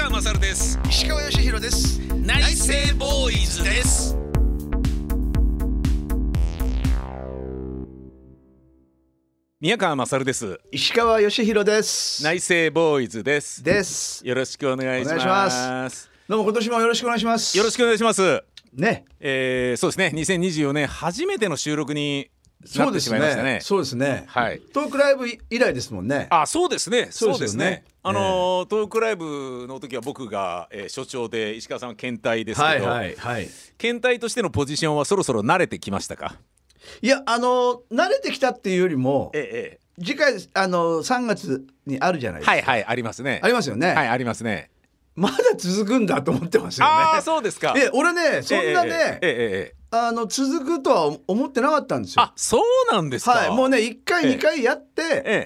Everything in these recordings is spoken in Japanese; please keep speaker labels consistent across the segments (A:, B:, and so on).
A: 川勝です。
B: 石川義弘です。
A: 内政ボーイズです。宮川勝です。
B: 石川義弘です。
A: 内政ボーイズです。よろしくお願いします。
B: どうも今年もよろしくお願いします。
A: よろしくお願いします
B: ね。
A: そうですね、2024年初めての収録になってしまいましたね。
B: そうですね。
A: はい。
B: トークライブ以来ですもんね。
A: あ、そうですね。そうですね。ト
B: ね
A: ークライブの時は僕が、所長で、石川さんは検体ですけど、検体としてのポジションはそろそろ慣れてきましたか？
B: いや、慣れてきたっていうよりも、次回3月にあるじゃないですか。
A: はいはい、ありますね。
B: ありますよね。
A: はい、ありますね。
B: まだ続くんだと思ってますよね。
A: ああ、そうですか。
B: 俺ね、そんなね、続くとは思ってなかったんですよ。
A: あ、そうなんですか。
B: はい、もうね、1回2回やって、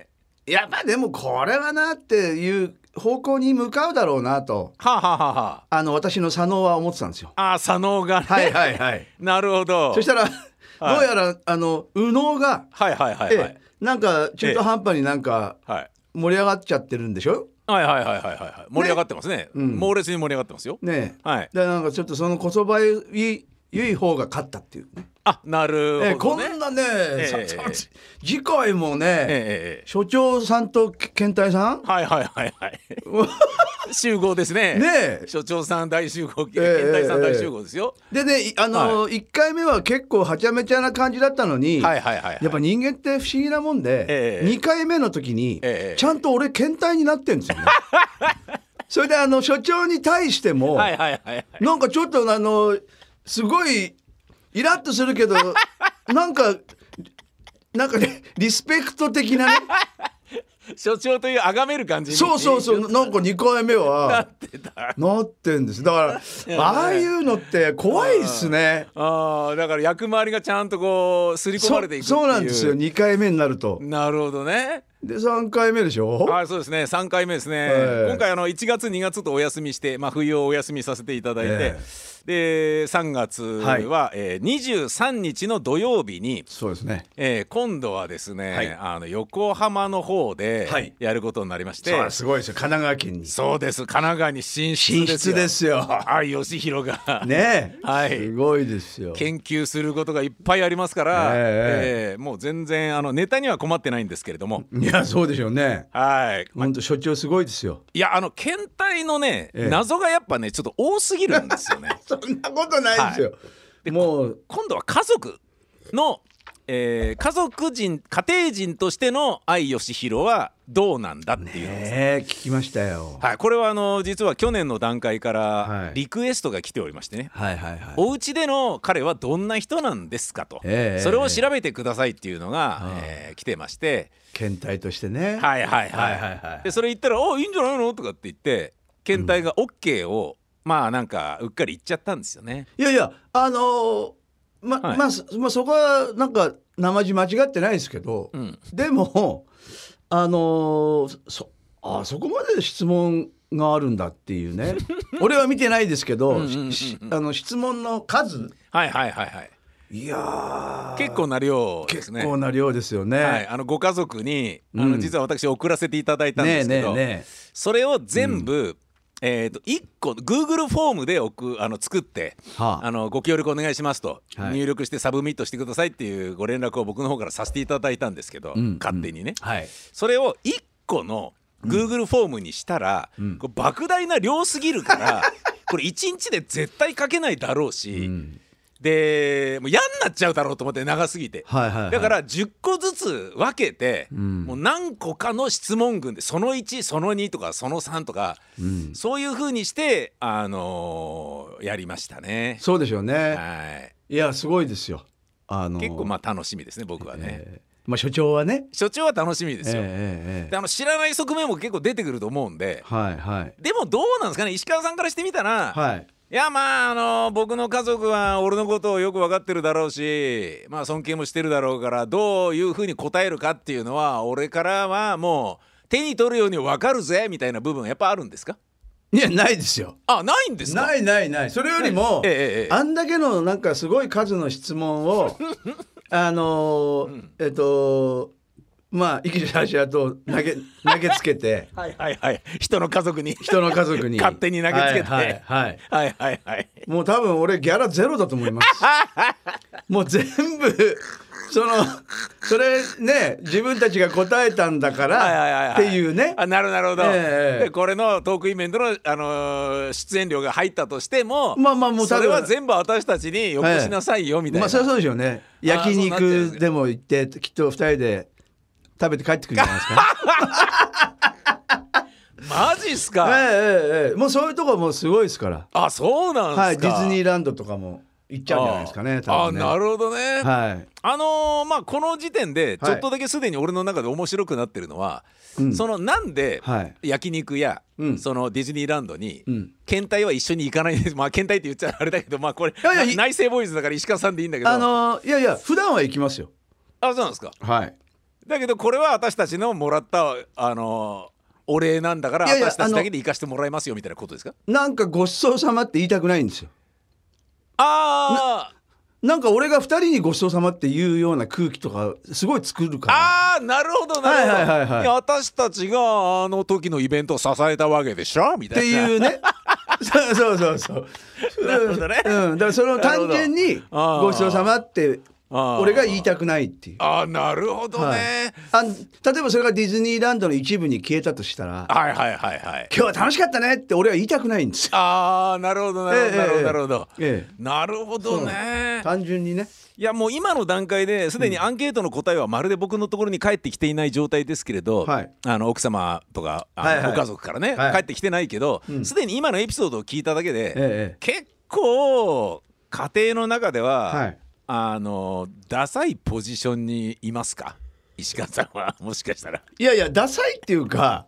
B: やっぱでもこれはなっていう方向に向かうだろうなと、私の左脳は思ってたんですよ。
A: あ、左脳がね。
B: はいはいはい。
A: なるほど。
B: そしたらどうやら右脳がなんか中途半端になんか盛り上がっちゃってるんでしょ。
A: はいはいはいはいはい、盛り上がってますね。猛烈に盛り上がってますよね。はい。
B: でなんかちょっとそのこそばゆい方が勝ったっていうね。
A: あ、なるほどね。
B: こんなね、次回もね、所長さんと検体さん、
A: はいはいはいはい集合ですね。所長さん大集合、検体さん大集合ですよ。
B: でね、1回目は結構はちゃめちゃな感じだったのに、やっぱ人間って不思議なもんで、2回目の時にちゃんと俺検体になってんですよね。それで所長に対してもなんかちょっとすごいイラッとするけどなんかね、リスペクト的なね
A: 所長という崇める感じに。
B: そうなんか2回目はなってんです。だからああいうのって怖いっすね。
A: だから役回りがちゃんとこう刷り込まれていくっていう。
B: そうなんですよ、2回目になると。
A: なるほどね。
B: で3回目でしょ。
A: そうですね、3回目ですね。今回1月2月とお休みして、冬をお休みさせていただいて、で3月は、23日の土曜日に、
B: そうですね、
A: 今度はですね、横浜の方でやることになりまして、
B: そうすごいですよ、神奈川県に。
A: そうです、神奈川に進出ですよ。義弘が
B: ね、すごいですよ。
A: 研究することがいっぱいありますから、もう全然ネタには困ってないんですけれども。
B: いや、そうでしょうね。
A: はい、
B: 本当所長すごいですよ。
A: いや、検体のね、謎がやっぱねちょっと多すぎるんですよね。
B: そんなことないですよ。
A: でもう今度は家族の、家庭人としての相義弘はどうなんだっていうのですね。
B: 聞きましたよ。
A: これは実は去年の段階からリクエストが来ておりましてね、お家での彼はどんな人なんですかと、それを調べてくださいっていうのが、来てまして、
B: 検体としてね。
A: でそれ言ったら「いいんじゃないの?」とかって言って検体が OK を、なんかうっかり言っちゃったんですよね。
B: いやいや、そこはなんか生地間違ってないですけど、でもそこまで質問があるんだっていうね。俺は見てないですけど、質問の数、いや
A: 結構な量ですね。
B: 結構な量ですよね。
A: ご家族に実は私送らせていただいたんですけど、それを全部、1個 Google フォームで作って、ご協力お願いしますと、入力してサブミットしてくださいっていうご連絡を僕の方からさせていただいたんですけど、勝手にね、それを1個の Google フォームにしたら、これ莫大な量すぎるからこれ1日で絶対書けないだろうし、でもう嫌になっちゃうだろうと思って、長すぎて、だから10個ずつ分けて、もう何個かの質問群でその1その2とかその3とか、そういう風にしてやりましたね。
B: そうでしょうね。いや、すごいですよ。
A: 結構楽しみですね、僕はね。
B: 所長はね、
A: 所長は楽しみですよ。で知らない側面も結構出てくると思うんで、でもどうなんですかね、石川さんからしてみたら、いや、僕の家族は俺のことをよく分かってるだろうし、尊敬もしてるだろうから、どういうふうに答えるかっていうのは俺からはもう手に取るように分かるぜみたいな部分はやっぱあるんですか？
B: いや、ないですよ。
A: ないんですか？
B: ない。それよりも、あんだけのなんかすごい数の質問をまあ生きた足跡を投げつけて
A: はいはいはい、人の家族に勝手に投げつけて、
B: はいはい
A: はいはいはい、
B: もう多分俺ギャラゼロだと思いますもう全部それね、自分たちが答えたんだからっていうね。
A: なるほど、でこれのトークイベントの、出演料が入ったとしても、もうそれは全部私たちによこしなさいよみたいな、
B: そりゃそうでしょうね。焼肉でも行ってきっと2人で食べて帰ってくるんじゃないですか
A: マジっすか。
B: もうそういうとこもすごいですから。
A: あ、そうなんですか。
B: はい、ディズニーランドとかも行っちゃうんじゃないですかね。多分ね。
A: なるほどね。
B: はい。
A: この時点でちょっとだけすでに俺の中で面白くなってるのは、なんで焼肉や、そのディズニーランドに、検体は一緒に行かないんです。検体って言っちゃあれだけど、これ内政ボーイズだから石川さんでいいんだけど、
B: いや普段は行きますよ。
A: あ、そうなんですか。
B: はい。
A: だけどこれは私たちのもらったお礼なんだから、私たちだけで行かしてもらいますよみたいなことですか。
B: なんかごちそうさまって言いたくないんですよ。なんか俺が2人にごちそうさまっていうような空気とかすごい作るから。
A: なるほどなるほど、私たちがあの時のイベントを支えたわけでしょみたいなっていうねそうなるほどね、
B: だからその単純にごちそうさまって俺が言いたくないっていう。
A: なるほどね、
B: 例えばそれがディズニーランドの一部に消えたとしたら、
A: 今
B: 日は楽しかったねって俺は言いたくないんですよ。
A: なるほどなるほど、なるほどね。
B: 単純にね。
A: いや、もう今の段階ですでにアンケートの答えはまるで僕のところに返ってきていない状態ですけれど、奥様とかご家族からね、返ってきてないけど、すでに今のエピソードを聞いただけで、結構家庭の中では、ダサいポジションにいますか、石川さんは。もしかしたら
B: いやダサいっていうか、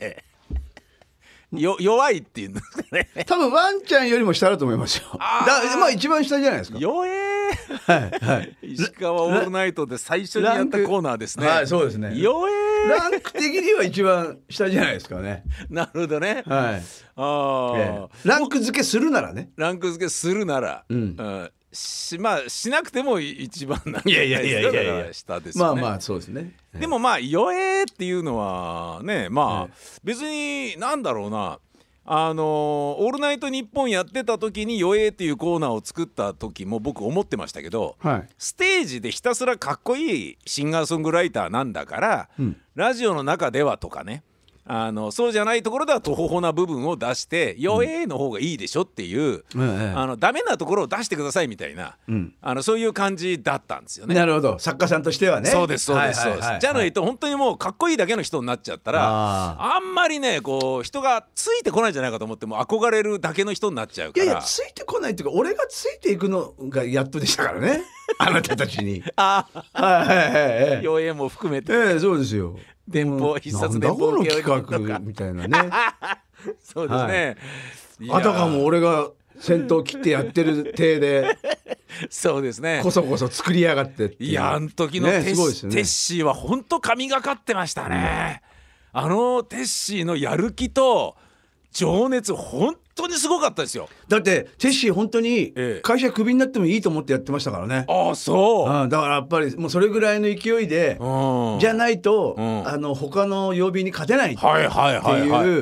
A: 弱いっていうんですかね。
B: 多分ワンちゃんよりも下だと思いますよ。一番下じゃないですか。
A: 弱石川オールナイトで最初にやったコーナーですね。
B: そうですね。
A: 弱
B: ランク的には一番下じゃないですかね。
A: なるほどね。
B: ランク付けするならね。
A: ランク付けするなら、しなくても一番なん
B: いや
A: 下ですよね。
B: そうですね。
A: でも弱えっていうのはね、別になんだろうな、オールナイトニッポンやってた時に弱えっていうコーナーを作った時も僕思ってましたけど、ステージでひたすらかっこいいシンガーソングライターなんだから、ラジオの中ではとかね、そうじゃないところではとほほな部分を出して弱えの方がいいでしょっていう、ダメなところを出してくださいみたいな、そういう感じだったんですよね。
B: なるほど、作家さんとしてはね。
A: そうですじゃないと本当にもうかっこいいだけの人になっちゃったら、あんまりねこう人がついてこないんじゃないかと思って、も憧れるだけの人になっちゃうから。
B: いやついてこないっていうか、俺がついていくのがやっとでしたからねあなたたちに。
A: 弱えも含めて、
B: そうですよ。
A: 必殺電報
B: 企画みたいなね
A: そうですね、
B: あたかも俺が先頭切ってやってる体で
A: そうですね、
B: こそこそ作りやがってっていう。
A: いや、あの時のテッシーは本当神がかってましたね。テッシーのやる気と情熱本当にすごかったですよ。
B: だってテッシー本当に会社クビになってもいいと思ってやってましたからね。
A: そう、
B: だからやっぱりもうそれぐらいの勢いでじゃないと、他の曜日に勝てないっていう。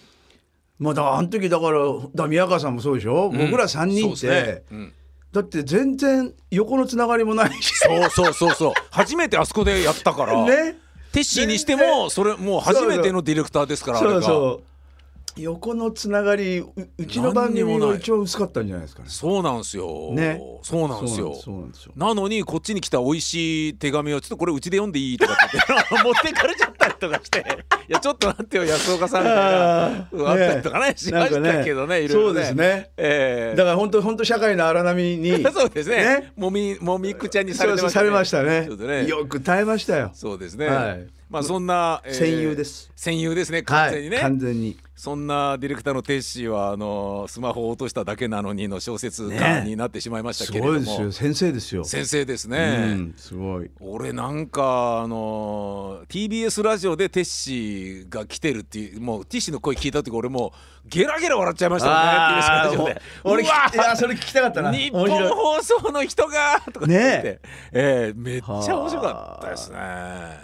B: だからあの時だから宮川さんもそうでしょ、僕ら3人って、だって全然横のつながりもないし
A: そう初めてあそこでやったからね。テッシーにしてもそれもう初めてのディレクターですから。
B: 横のつながりうちの番組が一番薄かったんじゃないですかね。
A: そうなんですよ、そうなんですよ。なのにこっちに来た美味しい手紙をちょっとこれうちで読んでいいとかって持ってかれちゃったりとかしていやちょっと待ってよ安岡さんみたいなあったりとかねしましたけどね、いろいろね。そうです
B: ね、だから本当社会の荒波に
A: そうですね、もみくちゃにされてましたね。
B: されましたね。よく耐えましたよ。
A: そうですね、そんな、
B: 戦友です。
A: 戦友ですね、完全にね、
B: 完全に。
A: そんなディレクターのテッシーはスマホを落としただけなのにの小説家になってしまいましたけれども、
B: すごいですよ、先生ですよ。
A: 先生ですね、
B: すごい。
A: 俺なんかTBS ラジオでテッシーが来てるっていう、もうテッシーの声聞いた時俺もうゲラゲラ笑っちゃいましたもんね。TBS ラジオで
B: 俺それ聞きたかったな。
A: 日本放送の人がとか言って、めっちゃ面白かったですね。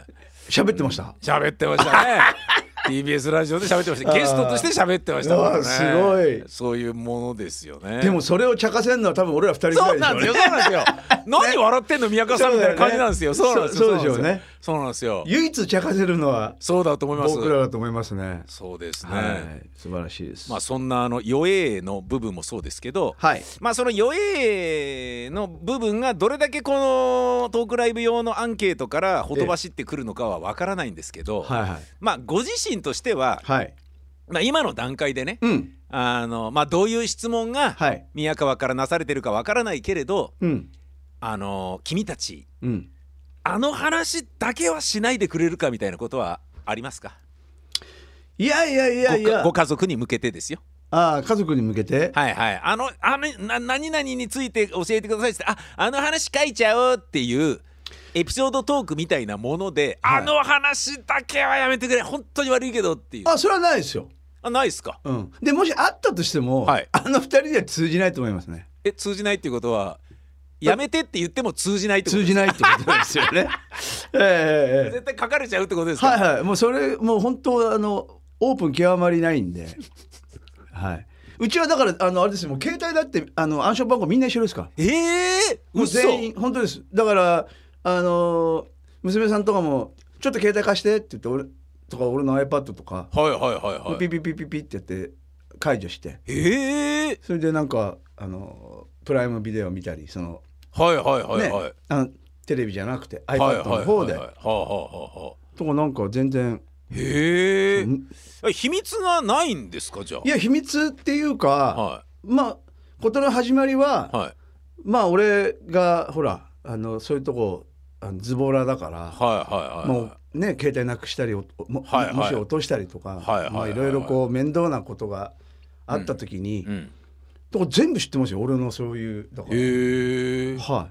B: 喋ってました。
A: 喋ってましたね。TBS ラジオで喋ってました。ゲストとして喋ってましたからね。
B: すごい。
A: そういうものですよね。
B: でもそれを茶化せるのは多分俺ら2人ぐらいでしょうね。
A: そうなんですよ、そうなんですよ。何笑ってんの宮川さんみたいな感じなんですよ。そうなんですよ。
B: そうでしょうね。
A: そうなんですよ。
B: 唯一茶化せるのは
A: そうだと思います。
B: 僕らだと思いますね。
A: そうですね。
B: はい、素晴らしいです。
A: まあそんな弱えの部分もそうですけど、
B: はい、
A: まあその弱えの部分がどれだけこのトークライブ用のアンケートからほとばしってくるのかはわからないんですけど、
B: はいはい、
A: まあご自身としては、
B: はい、
A: まあ今の段階でね、
B: うん、
A: まあどういう質問が宮川からなされてるかわからないけれど、
B: うん、
A: 君たち、
B: うん、
A: あの話だけはしないでくれるかみたいなことはありますか？
B: いや
A: ご家族に向けてですよ。
B: ああ、家族に向けて、
A: はいはい、何々について教えてくださいって、あの話書いちゃおうっていうエピソードトークみたいなもので、はい、あの話だけはやめてくれ、本当に悪いけどっていう。
B: それはないですよ。
A: ないですか？
B: うん。でもしあったとしても、はい、あの二人では通じないと思いますね。
A: 通じないっていうことはやめてって言っても通じないってことですか？
B: 通じないってことですよね。
A: 絶対書かれちゃうってことですか？
B: はいはい。もうそれもう本当オープン極まりないんで。はい。うちはだからあれですよ、もう携帯だって暗証番号みんな一緒ですから。もう全員本当です。だから娘さんとかもちょっと携帯貸してって言って俺の iPad とか、
A: はいはいはいはい、
B: ピピピピピってやって解除して、それでなんかプライムビデオ見たり、
A: はいはいはいはい、
B: ね、テレビじゃなくて iPad の方でとかなんか全然。
A: 秘密がないんですか？じゃあ。
B: いや秘密っていうか、はい、まあ事の始まりは、はい、まあ俺がほらそういうとこズボラだから、はいはいはい、もうね携帯なくしたりもし落としたりとか、いろいろこう面倒なことがあった時に、とか全部知ってますよ、俺のそういうだから。はい、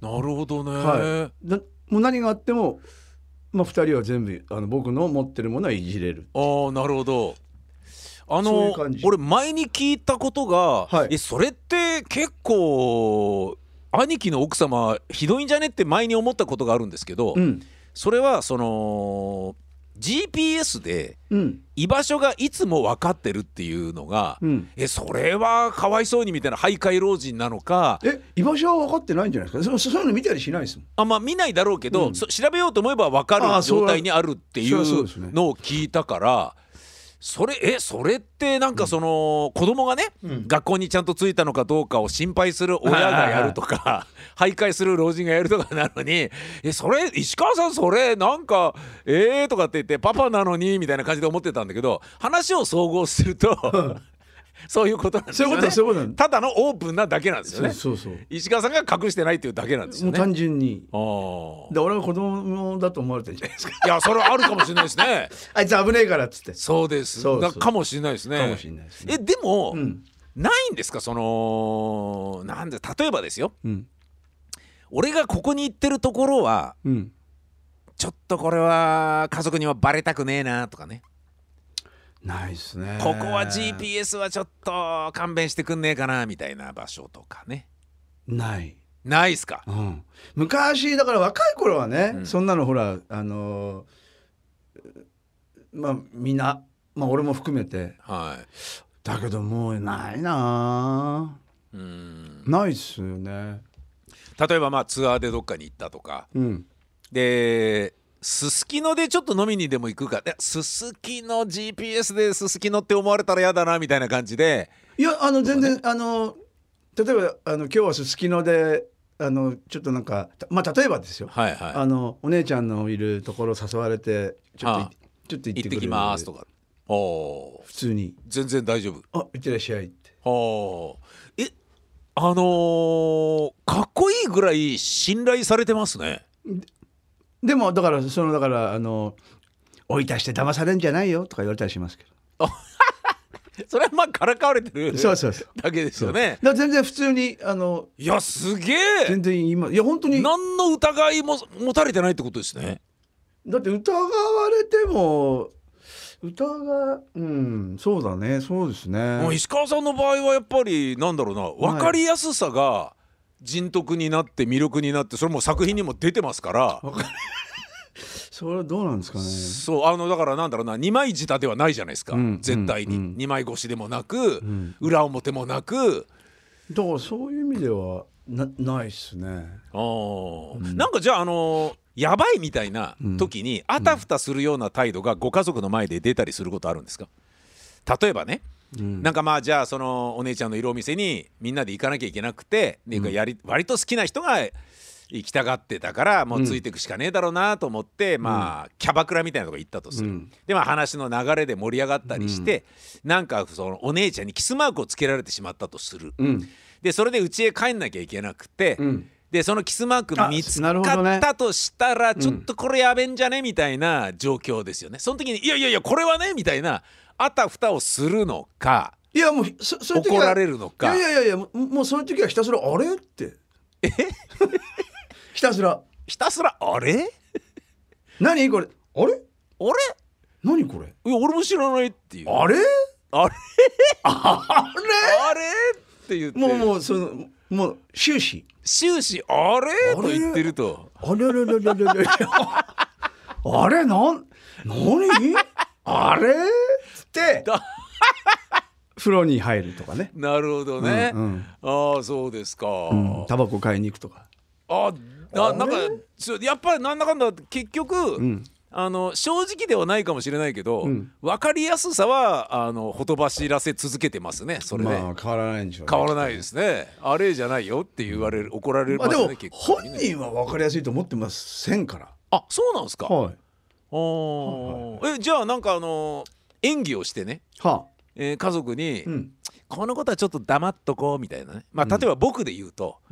A: なるほどね。
B: はい、もう何があっても2人は全部僕の持ってるものはいじれる。
A: なるほど。俺前に聞いたことが、はい、それって結構兄貴の奥様ひどいんじゃねって前に思ったことがあるんですけど、それはGPS で居場所がいつも分かってるっていうのが、それはかわいそうにみたいな徘徊老人なのか。
B: 居場所は分かってないんじゃないですか？そういうの見たりしないですもん。
A: まあ見ないだろうけど、調べようと思えば分かる状態にあるっていうのを聞いたから、それってなんか子供がね、学校にちゃんと着いたのかどうかを心配する親がやるとか、徘徊する老人がやるとかなのに、それ石川さんそれなんかとかって言ってパパなのにみたいな感じで思ってたんだけど、話を総合するとそういうことなんですよね。
B: そういうこと
A: ただのオープンなだけなんですよね。
B: そう
A: 石川さんが隠してないっていうだけなんですよね。
B: もう単純に。で俺は子供だと思われてるんじゃないですか。
A: いやそれはあるかもしれないですね。
B: あいつ危ねえからっつって。
A: そうですかもしれないですね。
B: かもしれないですね。
A: でも、ないんですか？なんで例えばですよ、俺がここに行ってるところは、ちょっとこれは家族にはバレたくねえなとかね。
B: ないですね。
A: ここは GPS はちょっと勘弁してくんねえかなみたいな場所とかね。
B: ない
A: っすか？
B: 昔だから若い頃はね、そんなのほらまあみんな、まあ俺も含めて、だけどもうないな。ないっすよね。
A: 例えばまあツアーでどっかに行ったとか、ですすきのでちょっと飲みにでも行くか、すすきの GPS ですすきのって思われたら嫌だなみたいな感じで。
B: いや全然例えば今日はすすきのでちょっとなんかまあ例えばですよ、お姉ちゃんのいるところ誘われてちょっと行って
A: きますとか、
B: 普通に
A: 全然大丈夫。
B: 行ってらっしゃいって。
A: かっこいいぐらい信頼されてますね。
B: でもだから追い出して騙されんじゃないよとか言われたりしますけど
A: それはまあからかわれてるだけですよね。
B: だから全然普通に
A: いやすげえ
B: 全然いや本当に
A: 何の疑いも持たれてないってことですね。
B: だって疑われてもそうだね、そうですね。
A: 石川さんの場合はやっぱりなんだろうな、分かりやすさが人徳になって魅力になって、それも作品にも出てますから
B: それはどうなんですかね。
A: そうだからなんだろうな、二枚舌ではないじゃないですか、絶対に、二枚越しでもなく、裏表もなく、
B: だからそういう意味ではないっすね。
A: なんかじゃあやばいみたいな時にあたふたするような態度がご家族の前で出たりすることあるんですか？例えばね、なんかまあじゃあそのお姉ちゃんのいるお店にみんなで行かなきゃいけなくて、割と好きな人が行きたがってたからもうついていくしかねえだろうなと思って、まあキャバクラみたいなとこ行ったとする、でまあ話の流れで盛り上がったりして、なんかそのお姉ちゃんにキスマークをつけられてしまったとする、でそれで家へ帰んなきゃいけなくて、でそのキスマーク見つかったとしたら、ちょっとこれやべんじゃねみたいな状況ですよね。その時にいやいやいやこれはねみたいなあたふたをするのか、
B: いやもうそういう時は
A: 怒られるのか、
B: いやもうその時はひたすらあれってひたすら
A: あれ
B: 何これあれ何これ、
A: いや俺も知らないっていう、
B: あれ
A: って言って、
B: もう終始
A: あれと言ってると、
B: あれ何あれって風呂に入るとかね。
A: なるほどね、ああそうですか、
B: タバコ買いに行くとか、
A: なんかやっぱりなんだかんだ結局、正直ではないかもしれないけど、分かりやすさはほとばしらせ続けてますね。それで、
B: まあ変わらないんでしょうね。
A: 変わらないですね。あれじゃないよって言われる、怒られますね。
B: でも本人は分かりやすいと思ってませんから。
A: あ、そうなんですか。
B: はい。
A: じゃあなんか演技をしてね、家族に、このことはちょっと黙っとこうみたいなね、まあ例えば僕で言うと、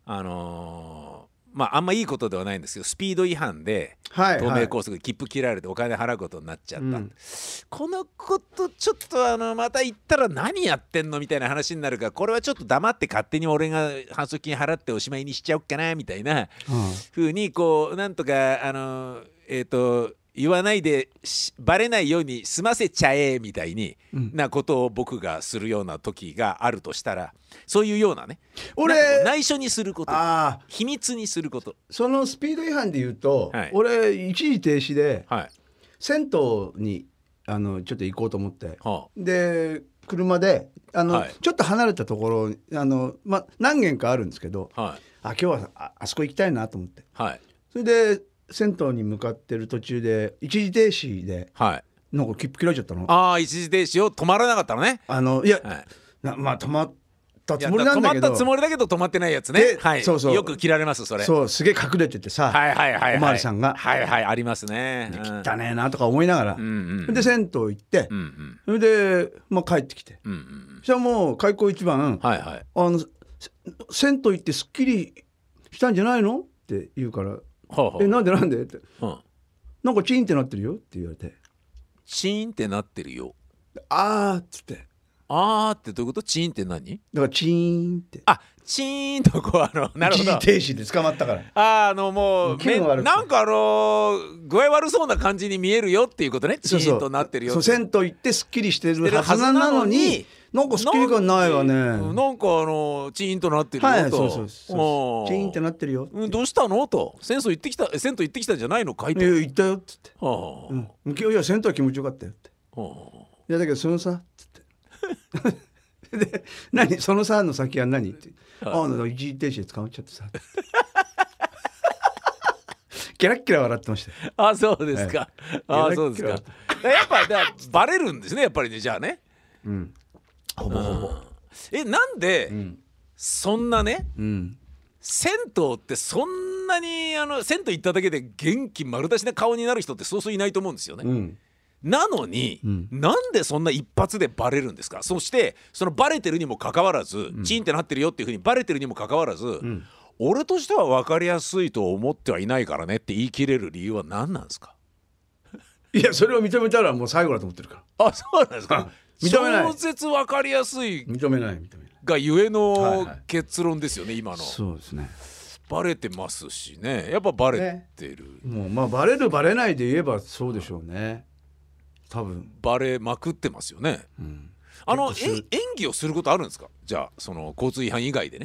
A: まああんまいいことではないんですけど、スピード違反で東名高速で切符切られてお金払うことになっちゃった、このことちょっとまた言ったら何やってんのみたいな話になるから、これはちょっと黙って勝手に俺が反則金払っておしまいにしちゃおっかなみたいな風にこうなんとか言わないでバレないように済ませちゃえみたいになことを僕がするような時があるとしたら、そういうようなね、俺内緒にすること、秘密にすること。
B: そのスピード違反で言うと、俺一時停止で、銭湯にちょっと行こうと思って、で車でちょっと離れたところ何軒かあるんですけど、今日はあそこ行きたいなと思って、それで銭湯に向かってる途中で一時停止で、なんか切符切られちゃったの。
A: 一時停止を止まらなかったのね。
B: いや、まあ止まったつもりなんだけど、
A: 止まったつもりだけど止まってないやつね。そうよく切られますそれ。
B: そうすげえ隠れててさ、おまわりさんが
A: ありますね。
B: 汚ねえなとか思いながら、で銭湯行って、それで帰ってきて、そしたらもう開口一番、銭湯行ってすっきりしたんじゃないのって言うから、なんでって、なんかチーンってなってるよって言われて、
A: チーンってなってるよ、
B: っつって、
A: ってどういうこと？チーンって何？
B: だからチーンって、
A: チーンとこうなるほど、
B: 一時停止で捕まったから、
A: もうなんか具合悪そうな感じに見えるよっていうことね。チーンとなってるよ。
B: 銭湯行ってすっきりしてるはずなのに、なんかスッキリ感ないわね。
A: なんかチーンとなってるよと。
B: そうチーンってなってるよ。
A: どうしたのと。銭湯行ってきたんじゃないのかいと。
B: 行ったよっつって。いや銭湯は気持ちよかったよって。いやだけどそのさっつって。で何そのさの先は何って。一時停止で捕まっちゃってさ。キラッキラ笑ってました。
A: そうですか。そうですか。やっぱバレるんですねやっぱりね、じゃあね。
B: ほぼほぼ。
A: なんで、そんなね、銭湯ってそんなに銭湯行っただけで元気丸出しな顔になる人ってそうそういないと思うんですよね。なのに、なんでそんな一発でバレるんですか。そしてそのバレてるにもかかわらず、チーンってなってるよっていうふうにバレてるにもかかわらず、俺としては分かりやすいと思ってはいないからねって言い切れる理由は何なんですか。
B: いやそれを認めたらもう最後だと思ってるから。
A: そうなんですか。
B: 認めない。
A: 超絶分かりやすい
B: 認めない
A: がゆえの結論ですよね、今の。
B: そうですね。
A: バレてますしね、やっぱバレてる、
B: もうバレるバレないで言えばそうでしょうね。多分
A: バレまくってますよね。演技をすることあるんですか。じゃあその交通違反以外でね。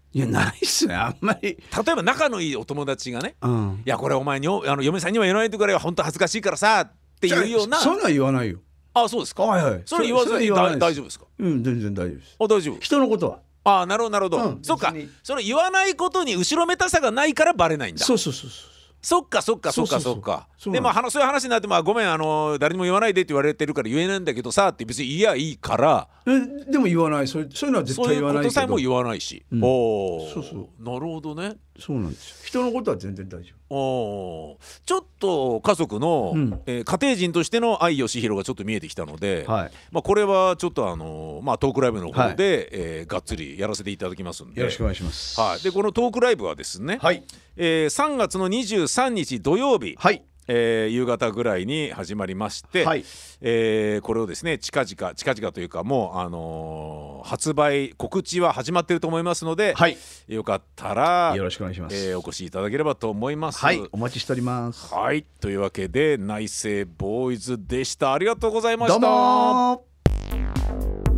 B: いやないっすね、あんまり。
A: 例えば仲のいいお友達がね、いやこれお前に嫁さんには言わないでくれよ、本当恥ずかしいからさっていうような。
B: そういうのは言わないよ。
A: あ、そうですか。
B: はいはい。
A: それ言わずに大丈夫ですか。
B: 全然大丈夫です。
A: 大丈夫。
B: 人のことは。
A: なるほどなるほど。そっか。それ言わないことに後ろめたさがないからバレないんだ。
B: そう。
A: そっか。でもそういう話になっても、ごめん誰にも言わないでって言われてるから言えないんだけどさって別に言えばいいから。
B: でも言わない。そういうのは絶対言わないけど。
A: そういうことさえも言わないし。
B: そう。
A: なるほどね。
B: そうなんですよ。人のことは全然大丈
A: 夫。ちょっと家族の、家庭人としての相義弘がちょっと見えてきたので、これはちょっとトークライブの方で、がっつりやらせていただきますんで
B: よろしくお願いします。
A: でこのトークライブはですね、3月の23日土曜日、夕方ぐらいに始まりまして、これをですね近々というかもう、発売告知は始まっていると思いますので、よかったら
B: よろしくお願いします。
A: お越しいただければと思います。
B: お待ちしております。
A: というわけで内政ボーイズでした。ありがとうございました。
B: どうも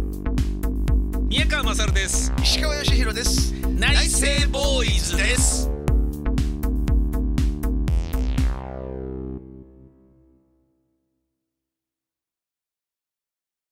A: 宮川勝です。
B: 石川義弘です。
A: 内政ボーイズです。